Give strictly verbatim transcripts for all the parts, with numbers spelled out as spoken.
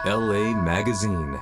エルエー Magazine。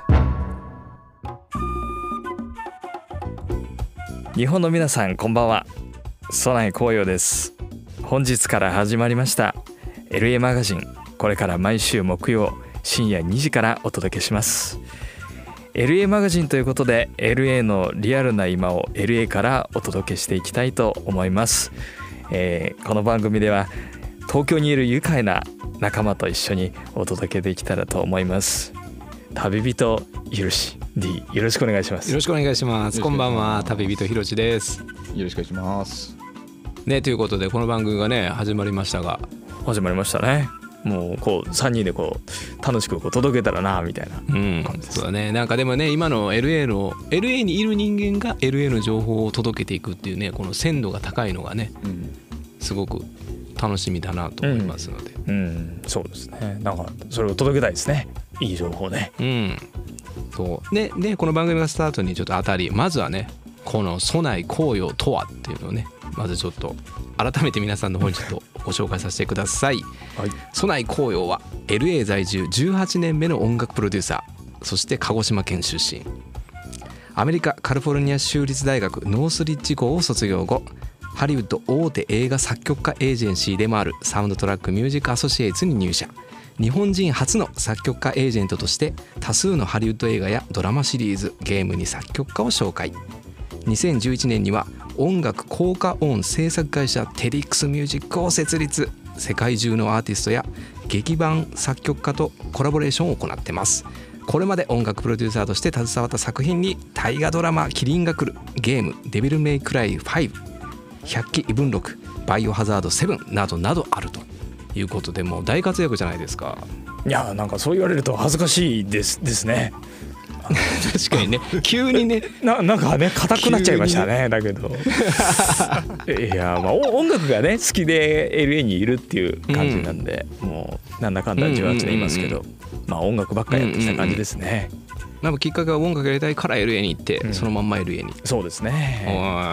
日本の皆さんこんばんは。ソナイ紅葉です。本日から始まりました エルエー マガジン。これから毎週木曜深夜にじからお届けします。 エルエー マガジンということで エルエー のリアルな今を エルエー からお届けしていきたいと思います。えー、この番組では東京にいる愉快な仲間と一緒にお届けできたらと思います。旅人ひろし D、 よろしくお願いします。 よろしくお願いします。こんばんは、旅人ひろしです。 よろしくお願いしますね。ということでこの番組がね始まりましたが始まりましたね。もうこうさんにんでこう楽しくこう届けたらなみたいな感じです。 うん、そうだね。なんかでもね今の エルエー の エルエー にいる人間が エルエー の情報を届けていくっていうね、この鮮度が高いのがね、うん、すごく楽しみだなと思いますので、 うん、うん、そうですね。なんかそれを届けたいですね。いい情報ね。 うん。そうででこの番組がスタートにちょっと当たり、まずはねこのソナイ紅葉とはっていうのをねまずちょっと改めて皆さんの方にちょっとご紹介させてください。はい、ソナイ紅葉は エルエー 在住じゅうはちねんめの音楽プロデューサー、そして鹿児島県出身。アメリカカリフォルニア州立大学ノースリッジ校を卒業後、ハリウッド大手映画作曲家エージェンシーでもあるサウンドトラックミュージックアソシエイツに入社。日本人初の作曲家エージェントとして多数のハリウッド映画やドラマシリーズ、ゲームに作曲家を紹介。にせんじゅういちねんには音楽効果音制作会社テリックスミュージックを設立。世界中のアーティストや劇版作曲家とコラボレーションを行っています。これまで音楽プロデューサーとして携わった作品に大河ドラマキリンが来る、ゲームデビルメイクライファイブ、百鬼異聞録、バイオハザードセブンなどなどあるということで、もう大活躍じゃないですか。 いやなんかそう言われると恥ずかしいですですね。 確かにね急にねな, なんかね硬くなっちゃいましたね。だけどいやまあ音楽がね好きで エルエー にいるっていう感じなんで、うん、もうなんだかんだじゅうはちねんいますけど、うんうんうん、まあ音楽ばっかりやってきた感じですね。うんうんうん、 なんかきっかけは音楽やりたいから エルエー に行って、うん、そのまんま エルエー に。 そうですね。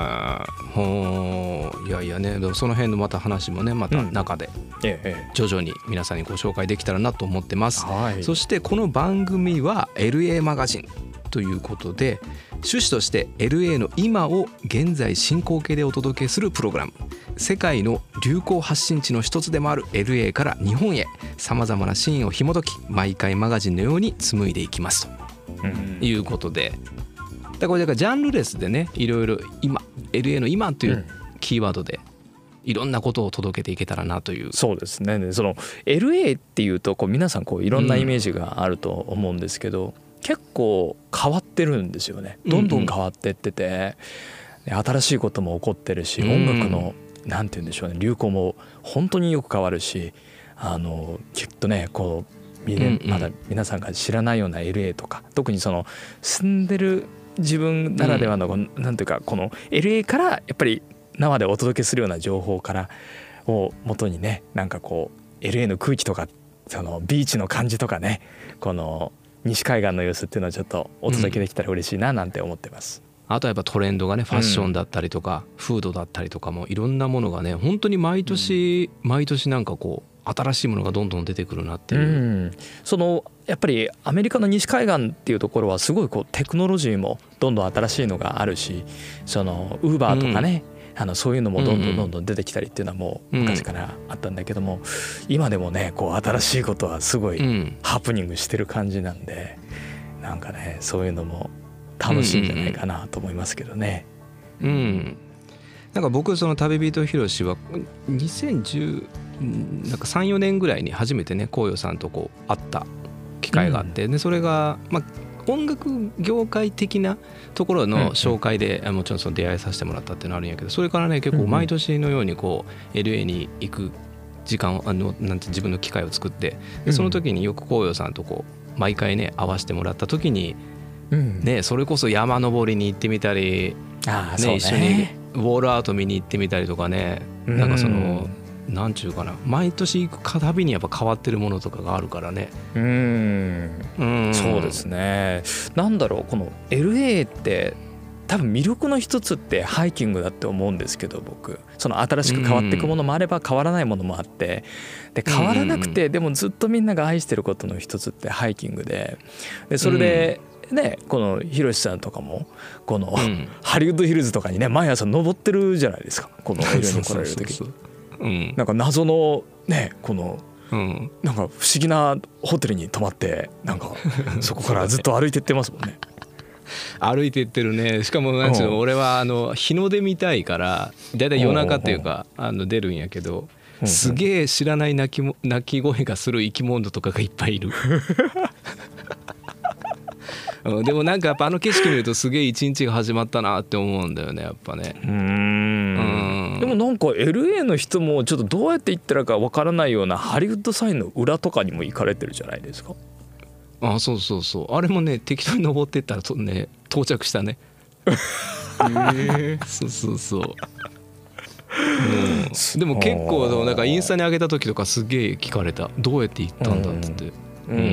ほいやいやね、その辺のまた話もねまた中で徐々に皆さんにご紹介できたらなと思ってます。はい、そしてこの番組は エルエー マガジンということで、趣旨として エルエー の今を現在進行形でお届けするプログラム。世界の流行発信地の一つでもある エルエー から日本へさまざまなシーンを紐解き、毎回マガジンのように紡いでいきますと、うん、いうことで、だからこれだからジャンルレスでね、いろいろ今 エルエー の今というキーワードでいろんなことを届けていけたらなという。 そうですね。その エルエー っていうとこう皆さんこういろんなイメージがあると思うんですけど、うん、結構変わってるんですよね。どんどん変わってってて、うんうん、新しいことも起こってるし、音楽のなんて言うんでしょうね、流行も本当によく変わるし、あのきっとねこうまだ皆さんが知らないような エルエー とか、特にその住んでる自分ならではの、うん、なんていうかこの エルエー からやっぱり生でお届けするような情報からを元にね、なんかこう エルエー の空気とかそのビーチの感じとかね、この西海岸の様子っていうのをちょっとお届けできたら嬉しいななんて思ってます。 うん、あとはやっぱトレンドがね、ファッションだったりとか、うん、フードだったりとかもいろんなものがね本当に毎年、うん、毎年なんかこう新しいものがどんどん出てくるなっていう、うん、 そのやっぱりアメリカの西海岸っていうところはすごいこうテクノロジーもどんどん新しいのがあるし、そのウーバーとかね、うん、あのそういうのもどんどんどんどん出てきたりっていうのはもう昔からあったんだけども、うん、今でもねこう新しいことはすごいハプニングしてる感じなんで、なんかねそういうのも楽しいんじゃないかなと思いますけどね。 うん、うん、なんか僕その旅人ひろしはにせんじゅうなんかさんよねんぐらいに初めてね紅葉さんとこう会った機会があって、うん、でそれがまあ音楽業界的なところの紹介で、うん、もちろんその出会いさせてもらったっていうのはあるんやけど、それからね結構毎年のようにこう エルエー に行く時間をあのなんて自分の機会を作って、でその時によく紅葉さんとこう毎回ね会わせてもらった時に、うんね、それこそ山登りに行ってみたり、 あね、 ね一緒にウォールアート見に行ってみたりとかね、うん、なんかそのなんちゅうかな、毎年行くたびにやっぱ変わってるものとかがあるからね。 うーん、うん、そうですね。なんだろう、この エルエー って多分魅力の一つってハイキングだって思うんですけど、僕その新しく変わっていくものもあれば変わらないものもあって、で変わらなくてでもずっとみんなが愛してることの一つってハイキングで、でそれでね、このひろしさんとかもこのハリウッドヒルズとかにね毎朝登ってるじゃないですか、この エルエー に来られる時に。なんか謎のねこのなんか不思議なホテルに泊まってなんかそこからずっと歩いてってますもんね。 歩いてってるね。しかもなんちゅうの、俺はあの日の出見たいからだいたい夜中っていうかあの出るんやけど、すげえ知らない鳴きも鳴き声がする生き物とかがいっぱいいる。でもなんかやっぱあの景色見るとすげえ一日が始まったなって思うんだよね、やっぱね。うーん、でもなんか エルエー の人もちょっとどうやって行ったらかわからないようなハリウッドサインの裏とかにも行かれてるじゃないですか。 あ、そうそうそう、あれもね適当に登ってったらと、ね、到着したね。へえそうそうそう、うん、でも結構なんかインスタに上げた時とかすげえ聞かれた、どうやって行ったんだって言って。うんうんうんうん、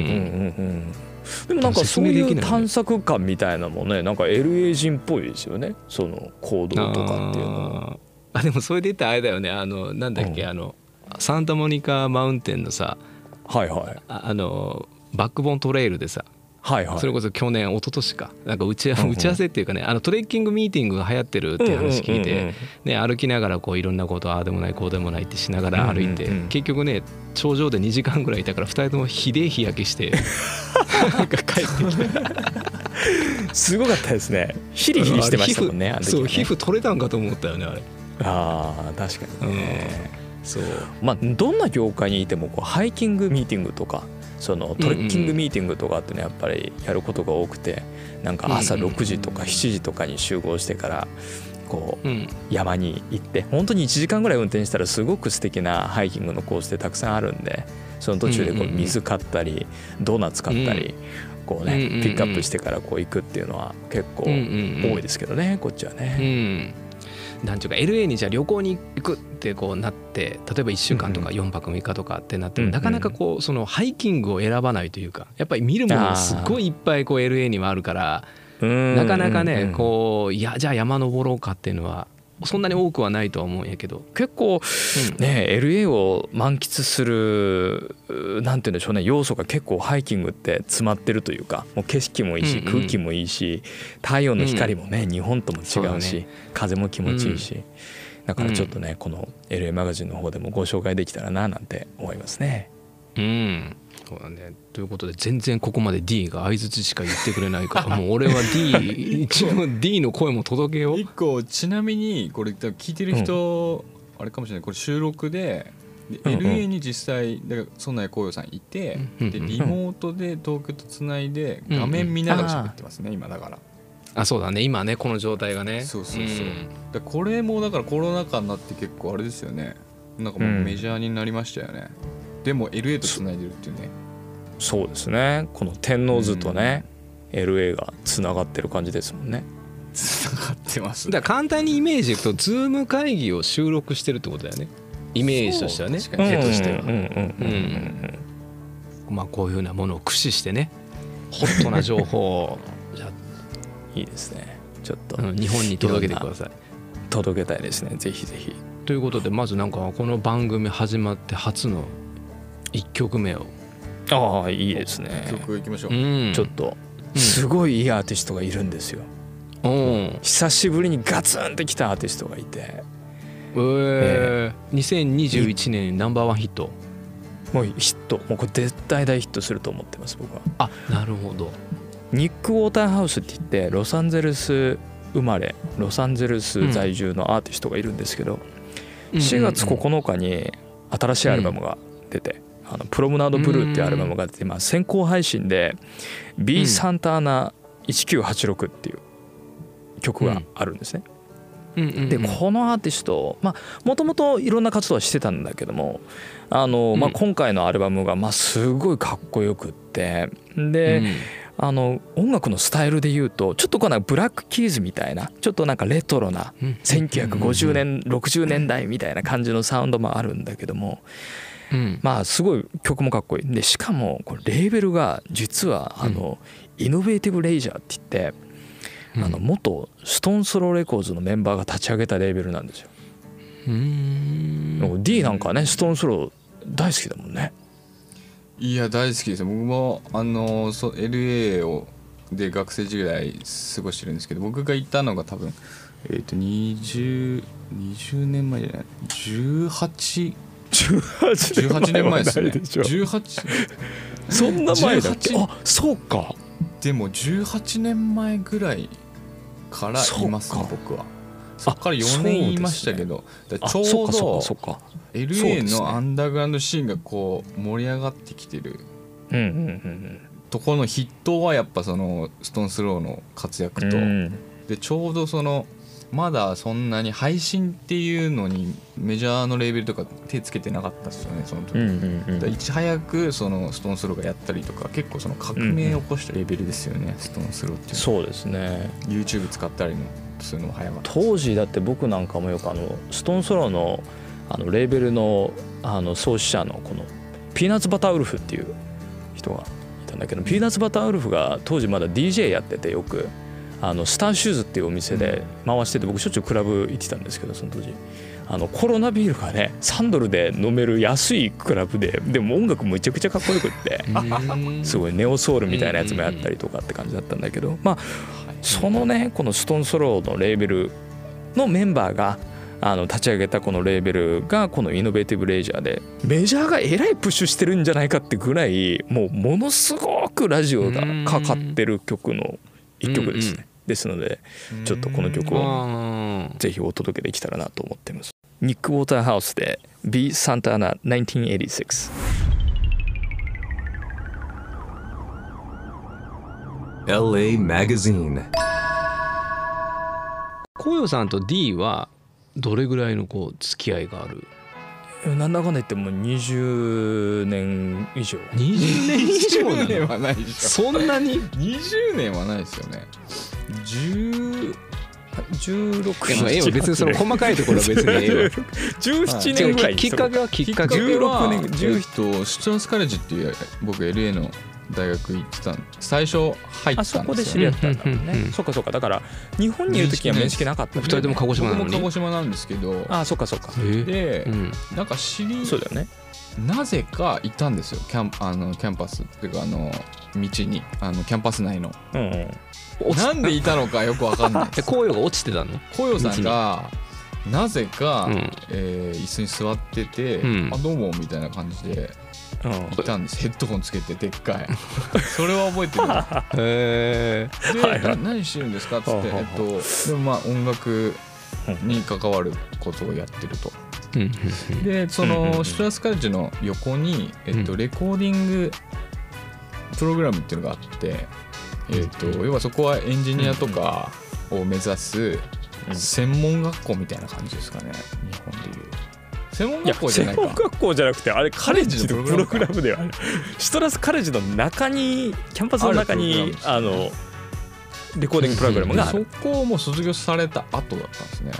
でもなんかそういう探索感みたいなのもね、なんか エルエー 人っぽいですよね、その行動とかっていうのは。 あ、でもそれで言ったらあれだよね、あのなんだっけ、うん、あのサンタモニカマウンテンのさ、 はいはい、 あのバックボーントレイルでさ、はいはい、それこそ去年一昨年かなんか打ち、うんうん、打ち合わせっていうかね、あのトレッキングミーティングが流行ってるっていう話聞いて、うんうんうんうん、ね、歩きながらこういろんなことああでもないこうでもないってしながら歩いて、うんうんうん、結局ね頂上でにじかんぐらいいたからふたりともひでえ日焼けしてなんか帰ってきた。 すごかったですね。ヒリヒリしてましたもんね。 あ、そう、皮膚取れたんかと思ったよねあれ。 ああ確かにね、うん、そう、まあどんな業界にいてもこうハイキングミーティングとかそのトレッキングミーティングとかってねやっぱりやることが多くて、なんか朝ろくじとかしちじとかに集合してからこう山に行って本当にいちじかんぐらい運転したらすごく素敵なハイキングのコースでたくさんあるんで、その途中でこう水買ったりドーナツ買ったりこうねピックアップしてからこう行くっていうのは結構多いですけどね、こっちはね。 なんていうか エルエー にじゃあ旅行に行くってこうなって、例えばいっしゅうかんとかよんぱくみっかとかってなってもなかなかこうそのハイキングを選ばないというか、やっぱり見るものがすごいいっぱいこう エルエー にはあるから、なかなかねこういやじゃあ山登ろうかっていうのはそんなに多くはないとは思うんやけど、 結構ね エルエー を満喫するなんて言うんでしょうね、要素が結構ハイキングって詰まってるというか、もう景色もいいし空気もいいし太陽の光もね日本とも違うし風も気持ちいいし、だからちょっとねこの エルエー マガジンの方でもご紹介できたらななんて思いますね。 うん、そうだね。ということで全然ここまで D が相づちしか言ってくれないからもう俺は D 一応 D の声も届けよう。 一個ちなみにこれ聞いてる人、うん、あれかもしれない、これ収録でで、うんうん、エルエー に実際だからそんな紅葉さんいて、うんうん、でリモートで東京とつないで画面見ながら喋ってますね、うんうん、今だから。 あ、そうだね、今ねこの状態がね。 そうそうそう、うん、だこれもだからコロナ禍になって結構あれですよね、なんかもうメジャーになりましたよね、うん、でも エルエー とつないでるっていうね。 そうですね、この天王洲とね、うん、エルエー がつながってる感じですもんね。 つながってます、 ね、だから簡単にイメージいくとズーム会議を収録してるってことだよね、イメージとしてはね。 確かに手としては。 まあこういうふうなものを駆使してね、ホットな情報をじゃあいいですね、ちょっと、 うん、日本に届けてください。 届けたいですね、ぜひぜひ。 ということでまずなんかこの番組始まって初のいっきょくめを。 ああいいですね。 曲いきましょう、 うん、ちょっとすごいいいアーティストがいるんですよ、うん、久しぶりにガツンってきたアーティストがいて、えー、にせんにじゅういちねんナンバーワンヒット。 もうヒット、もうこれ絶対大ヒットすると思ってます僕は。 あ、なるほど。 ニック・ウォーターハウスって言ってロサンゼルス生まれロサンゼルス在住のアーティストがいるんですけど、うん、しがつここのかに新しいアルバムが出て、うん、あのプロムナードブルーっていうアルバムが出て、まあ、先行配信で B サンターナいちきゅうはちろくっていう曲があるんですね、うん、でこのアーティストもともといろんな活動はしてたんだけども、あの、まあ、今回のアルバムがまあすごいかっこよくってで、うんあの音楽のスタイルで言うとちょっとこのブラックキーズみたいなちょっとなんかレトロなせんきゅうひゃくごじゅうねんろくじゅうねんだいみたいな感じのサウンドもあるんだけども、まあすごい曲もかっこいいで、しかもこれレーベルが実はあのイノベーティブレイジャーって言ってうん、あの元ストーンスローレコーズのメンバーが立ち上げたレーベルなんですよ。うーん D なんかねストーンスロー大好きだもんね。 いや大好きですよ。僕もあのそ エルエー をで学生時代過ごしてるんですけど、僕が行ったのが多分えっ、ー、とにじゅう、にじゅうねんまえじゃないじゅうはち じゅうはちねんまえですね。じゅうはちそんな前だっけ。あそうか。 でもじゅうはちねんまえぐらいからいますね僕は。そっからよねんいましたけど、ね、ちょうど エルエー のアンダーグラウンドシーンがこう盛り上がってきてるところの筆頭はやっぱそのストーンスローの活躍と、でちょうどそのまだそんなに配信っていうのにメジャーのレーベルとか手つけてなかったですよねその時、うんうんうん、いち早くそのストーンスローがやったりとか結構その革命を起こしたレーベルですよね、うんうん、ストーンスローっていう。 そうですね。 YouTube 使ったりもするのも早かった。 当時だって僕なんかもよくあのストーンスローのあのレーベルのあの創始者のこのピーナッツバターウルフっていう人がいたんだけど、ピーナッツバターウルフが当時まだ ディージェー やってて、よくあのスターシューズっていうお店で回してて、僕しょっちゅうクラブ行ってたんですけど、その当時あのコロナビールがねさんドルで飲める安いクラブで、でも音楽めちゃくちゃかっこよくってすごいネオソウルみたいなやつもやったりとかって感じだったんだけど、まあそのねこのストーンスローのレーベルのメンバーがあの立ち上げたこのレーベルがこのイノベーティブレイジャーで、メジャーがえらいプッシュしてるんじゃないかってぐらいもうものすごくラジオがかかってる曲の一曲ですね。ですのでちょっとこの曲をぜひお届けできたらなと思っています。ニック・ウォーターハウスで B. Santana せんきゅうひゃくはちじゅうろくエルエー Magazine。 こうよさんと D はどれぐらいのこう付き合いがある？ なんだかんだ言ってもにじゅうねん以上。 にじゅうねん以上なの？ にじゅうねんはないでしょ。 そんなに？ にじゅうねんはないですよね。じゅうじゅうろく年。でも別にその細かいところは別にええわ。 じゅうななねんぐらい。 きっかけはきっかけじゅうろくねん。じゅうとシトラスカレッジっていう僕 エルエー の大学行ってたん最初入ったんですよ。あそこで知り合ったんだもんね。そうかそうか。だから日本にいる時は面識なかった。 二人とも鹿児島なのに。 僕も鹿児島なんですけど。 あそうかそうか。 で、うん、なんか知りそうだよね。 なぜかいたんですよ。キャンあのキャンパスっていうかあの道にあのキャンパス内の。うんうんなんでいたのかよくわかんないです。 紅葉が落ちてたの？ 紅葉さんがなぜか、うんえー、椅子に座ってて、うん、あどうもみたいな感じでいたんです。ヘッドホンつけてでっかい。それは覚えてる。へで、はいはい、何してるんですかっつって、えっとでもまあ音楽に関わることをやってると。でそのシトラスカレッジの横に、えっと、レコーディングプログラムっていうのがあって。えー、と要はそこはエンジニアとかを目指す専門学校みたいな感じですかね、日本でいう専門学校じゃないか。 専門学校じゃなくてあれカレッジのプログラムではある。シトラスカレッジの中にキャンパスの中にあのレコーディングプログラムがある。 そこをもう卒業された後だったんですね。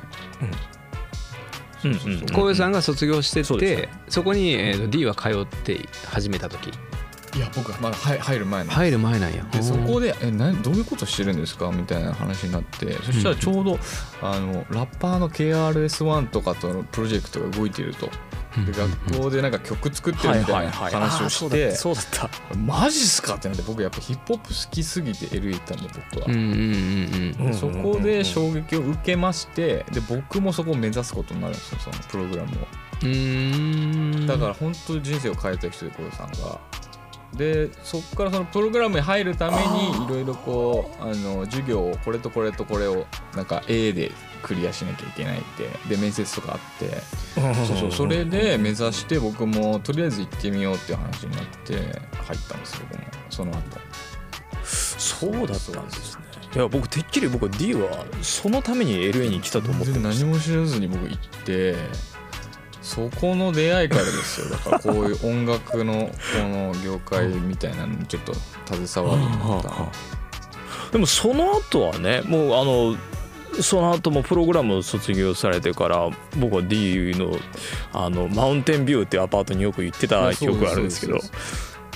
小江さんが卒業してて そ, そこに、えー、と D は通って始めた時。 いや僕はまだ入る前なんです。 入る前なんや。 でそこでえなどういうことしてるんですかみたいな話になって、そしたらちょうどあのラッパーの ケーアールエスワン とかとのプロジェクトが動いていると。で学校でなんか曲作ってるみたいな話をして、 そうだった。 マジっすかってなって、僕やっぱヒップホップ好きすぎて エルエー 行ったんで僕は。そこで衝撃を受けまして、で僕もそこを目指すことになるんですよ、そのプログラムを。うーんだから本当に人生を変えた人で、小田さんが。でそこからそのプログラムに入るためにいろいろこうあの授業をこれとこれとこれをなんか A でクリアしなきゃいけないってで面接とかあってそうそうそれで目指して僕もとりあえず行ってみようっていう話になって入ったんですよ、僕もその後。 そうだったんですね。いや僕てっきり僕は D はそのために エルエー に来たと思ってました。 何も知らずに僕行ってそこの出会いからですよ。だからこういう音楽のこの業界みたいなのにちょっと携わるようになった。 でもその後はね、もうあのその後もプログラムを卒業されてから僕は D のあのマウンテンビューっていうアパートによく行ってた記憶があるんですけど、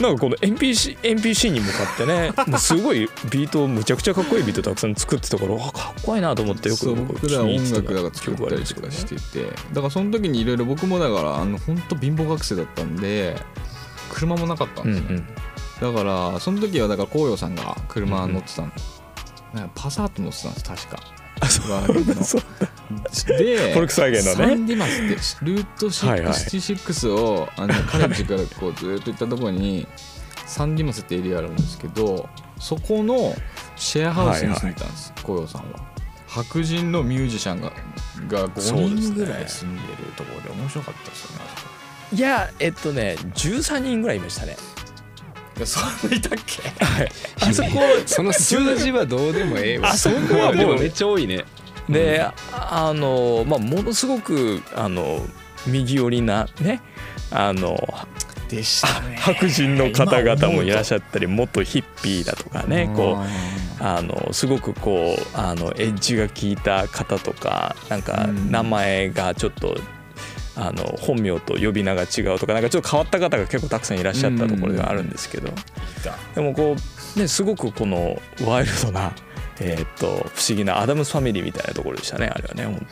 なんかこの エヌピーシー, エヌピーシー に向かってねもうすごいビートむちゃくちゃかっこいいビートたくさん作ってたからあかっこいいなと思ってよくそう僕ら音楽だから作ったりとかしてて、だからその時にいろいろ僕もだからあの本当貧乏学生だったんで車もなかったんですよ、うんうん、だからその時はだから紅葉さんが車乗ってたんで、うんうん、なんかパサート乗ってたんです確か。 あそうでフォルクスワーゲンのねサンディマスってルートろくじゅうろくをあのカレッジからこうずっと行ったところにサンディマスってエリアあるんですけど、そこのシェアハウスに住んでたんです、紅葉さんは。白人のミュージシャンががごにんぐらい住んでるところで面白かったですよね。 いやえっとねじゅうさんにんぐらいいましたね。 そんないたっけあそこその数字はどうでもええわ。 あそこはもうめっちゃ多いね。 で、うん、あのまあものすごくあの右寄りなねあのでしたね。 白人の方々もいらっしゃったり元ヒッピーだとかねこうあのすごくこうあのエッジが効いた方とかなんか名前がちょっとあの本名と呼び名が違うとかなんかちょっと変わった方が結構たくさんいらっしゃったところではあるんですけど、でもこうねすごくこのワイルドなえー、っと不思議なアダムスファミリーみたいなところでしたねあれはね本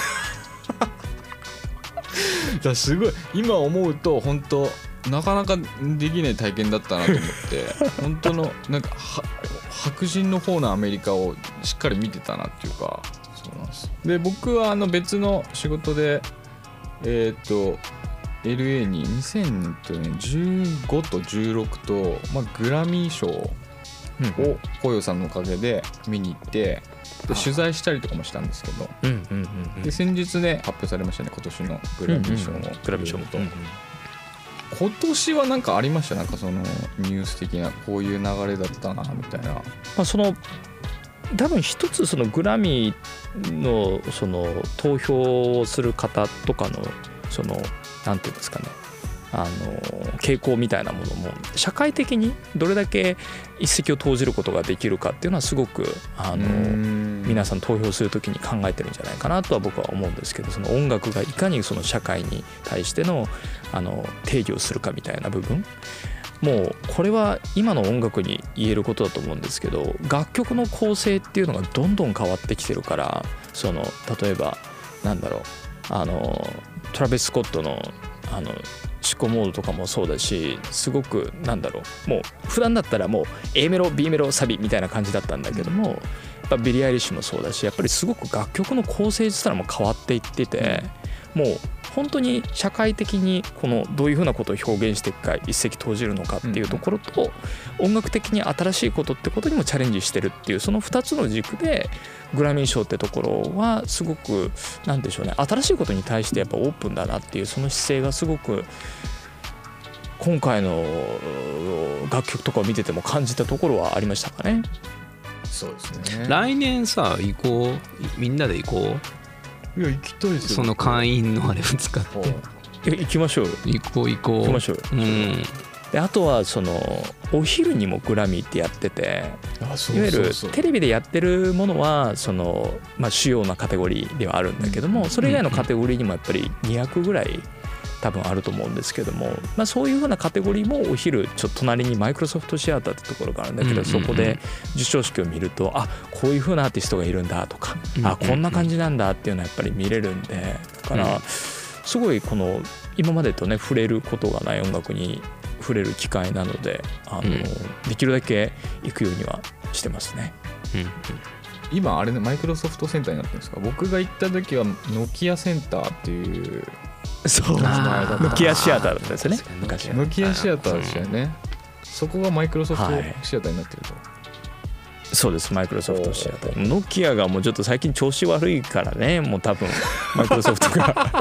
当。だすごい今思うと本当なかなかできない体験だったなと思って本当のなんか白人の方のアメリカをしっかり見てたなっていうか。そうなんです。で僕はあの別の仕事でえっと エルエー ににせんじゅうごとじゅうろくと、まあ、グラミー賞を紅葉さんのおかげで見に行ってで取材したりとかもしたんですけど、で先日ね発表されましたね今年のグラミー賞のグラミー賞と。今年は何かありましたなんかそのニュース的なこういう流れだったなみたいな。まあその多分一つそのグラミーのその投票をする方とかのそのなんていうんですかねあの傾向みたいなものも社会的にどれだけ一石を投じることができるかっていうのはすごくあの皆さん投票するときに考えてるんじゃないかなとは僕は思うんですけど、その音楽がいかにその社会に対してのあの定義をするかみたいな部分もうこれは今の音楽に言えることだと思うんですけど、楽曲の構成っていうのがどんどん変わってきてるから、その例えばなんだろうあのトラビス・スコットのあの思考モードとかもそうだし、すごくなんだろうもう普段だったらもう A メロ B メロサビみたいな感じだったんだけども、やっぱビリー・アイリッシュもそうだし、やっぱりすごく楽曲の構成自体も変わっていってて、もう本当に社会的にこのどういうふうなことを表現していくか一石投じるのかっていうところと、音楽的に新しいことってことにもチャレンジしてるっていう、そのふたつの軸でグラミー賞ってところはすごくなんでしょうね、新しいことに対してやっぱオープンだなっていう、その姿勢がすごく今回の楽曲とかを見てても感じたところはありましたかね。 そうですね。 来年さ行こう、みんなで行こう。 いや行きたいですよ。 その会員のあれを使って行きましょう。 行こう行こう。 行きましょう。うん。であとはそのお昼にもグラミーってやってて、 あそうそうそう、 いわゆるテレビでやってるものはそのまあ主要なカテゴリーではあるんだけども、それ以外のカテゴリーにもやっぱりにひゃくぐらい多分あると思うんですけども、まあ、そういう風なカテゴリーもお昼ちょっと隣にマイクロソフトシアターってところがあるんだけど、そこで授賞式を見ると、あこういう風なアーティストがいるんだとか、あこんな感じなんだっていうのはやっぱり見れるんで、だからすごいこの今までとね触れることがない音楽に触れる機会なので、あのできるだけ行くようにはしてますね。 今あれねマイクロソフトセンターになってるんですか。僕が行った時はノキアセンターっていうそうノキアシアターだったんですよね。昔ノキアシアターでしたよね、うん、そこがマイクロソフトシアターになってると、はい、 そうですマイクロソフトシアター。ノキアがもうちょっと最近調子悪いからね、もう多分マイクロソフトが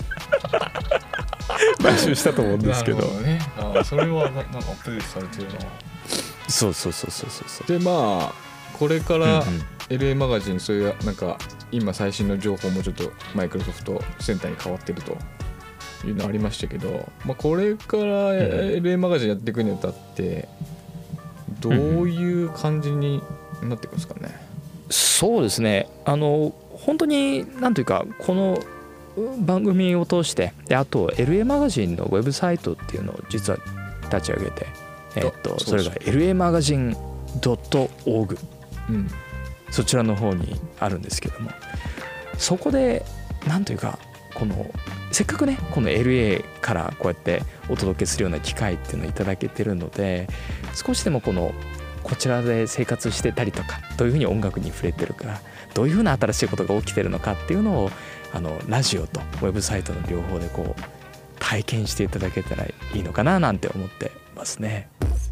買収したと思うんですけど、 ね、あそれはなんかアップデートされてるな。 そうそうそうそうそう。 でまあこれから エルエー マガジンそういうなんか今最新の情報もちょっとマイクロソフトセンターに変わってるというのありましたけど、まあ、これから エルエー マガジンやっていくにあたってどういう感じになっていくんですかね。 そうですね、あの本当になんというかこの番組を通して、であと エルエー マガジンのウェブサイトっていうのを実は立ち上げて、 えー、とそれが エルエー マガジン ドット オーアールジー、うん、そちらの方にあるんですけども、そこでなんというかこのせっかくねこの エルエー からこうやってお届けするような機会っていうのをいただけてるので、少しでもこのこちらで生活してたりとか、どういうふうに音楽に触れてるか、どういうふうな新しいことが起きてるのかっていうのをあのラジオとウェブサイトの両方でこう体験していただけたらいいのかななんて思ってますね。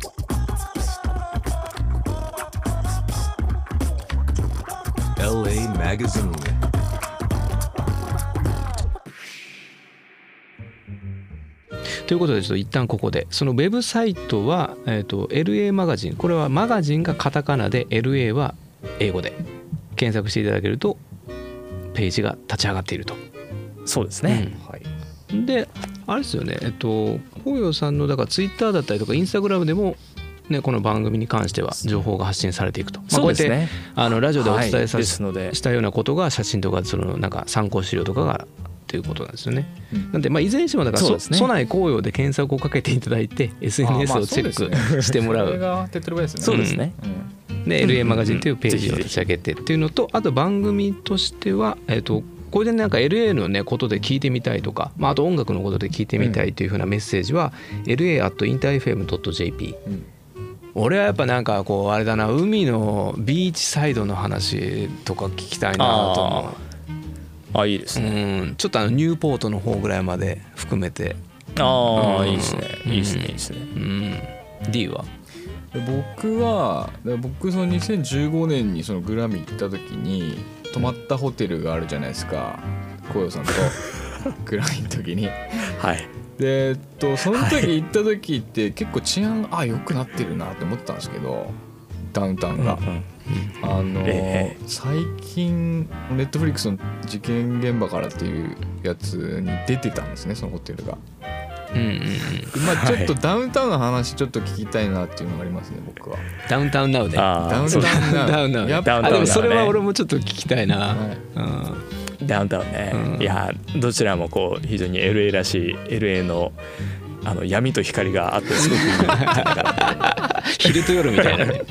エルエー Magazine。ということでちょっと一旦ここでそのウェブサイトは、えー、と エルエー マガジン、これはマガジンがカタカナで エルエー は英語で検索していただけるとページが立ち上がっていると。 そうですね、 うん、はい、であれですよね、えっと紅葉さんのだからツイッターだったりとかインスタグラムでもね、この番組に関しては情報が発信されていくと、まあ、こうやってあのラジオでお伝えさせ、はい、したようなことが写真とかそのなんか参考資料とかがということなんですよね。うん、なんでまあいずれにしてもだからそない紅葉で検索をかけていただいて エスエヌエス をチェックしてもらう。 それが手っ取り早いですね。 そうですね。 で エルエー マガジンというページを立ち上げてっていうのと、あと番組としてはえっとこれでなんか エルエー のねことで聞いてみたいとか、まああと音楽のことで聞いてみたいというふうなメッセージは エルエー アット インターエフエム ドット ジェーピー。俺はやっぱなんかこうあれだな、海のビーチサイドの話とか聞きたいなと思う。 あ、いいですね。 うん、ちょっとあのニューポートの方ぐらいまで含めて。 ああ、いいですね。いいですね。いいですね。 うん。D は？ 僕は僕そのにせんじゅうごねんにそのグラミー行った時に泊まったホテルがあるじゃないですか、紅葉さんとグラミーの時に。 はい。 でえっとその時行った時って結構治安あ良くなってるなって思ったんですけど、ダウンタウンが、うんうん、あの、えー、最近ネットフリックスの事件現場からっていうやつに出てたんですね、そのホテルが。うんうんうん、まあちょっとダウンタウンの話ちょっと聞きたいなっていうのがありますね、僕は。 ダウンタウンナウで。 ダウンタウンナウ。 ダウンタウンナウ。やっぱでもそれは俺もちょっと聞きたいな。はい、 うん、ダウンタウンね、うん、いやどちらもこう非常に エルエー らしい エルエー のあの闇と光があってすごくいいんじゃないかな。 昼と夜みたいなね。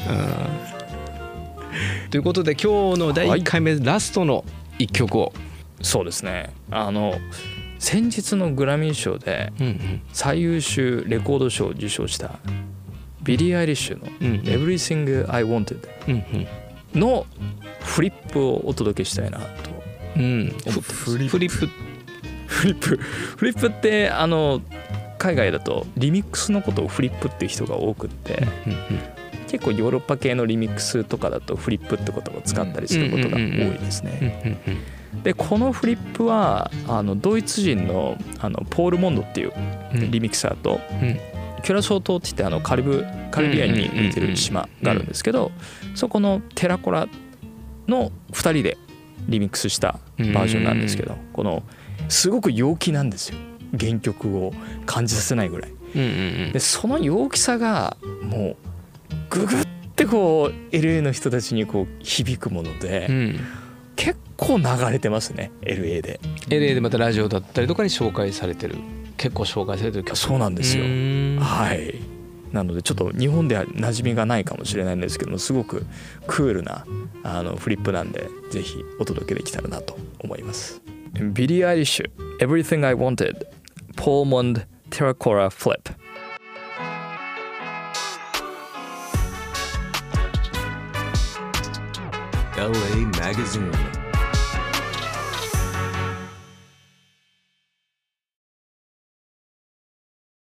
うん、ということで今日のだいいっかいめ、はい、ラストのいっきょくを。 そうですね、あの先日のグラミー賞で最優秀レコード賞を受賞したビリー・アイリッシュの Everything I Wanted のフリップをお届けしたいなと思ってます。 フリップフリップフリップフリップってあの海外だとリミックスのことをフリップっていう人が多くって、結構ヨーロッパ系のリミックスとかだとフリップって言葉を使ったりすることが多いですね。でこのフリップはあのドイツ人 の, あのポール・モンドっていうリミクサーと、うん、キュラソー島っていってあのカリブカリビアンに似てる島があるんですけど、そこのテラコラのふたりでリミックスしたバージョンなんですけど、このすごく陽気なんですよ、原曲を感じさせないぐらい。でその陽気さがもうググってこう エルエー の人たちにこう響くもので、うん、結構流れてますね エルエー で。 エルエー でまたラジオだったりとかに紹介されてる、結構紹介されてる曲。 そうなんですよ。はい。なのでちょっと日本では馴染みがないかもしれないんですけども、すごくクールなあのフリップなんで、ぜひお届けできたらなと思います。ビリー・アイリッシュ Everything I Wanted Paul Mond Terracotta Flip。 エルエー Magazine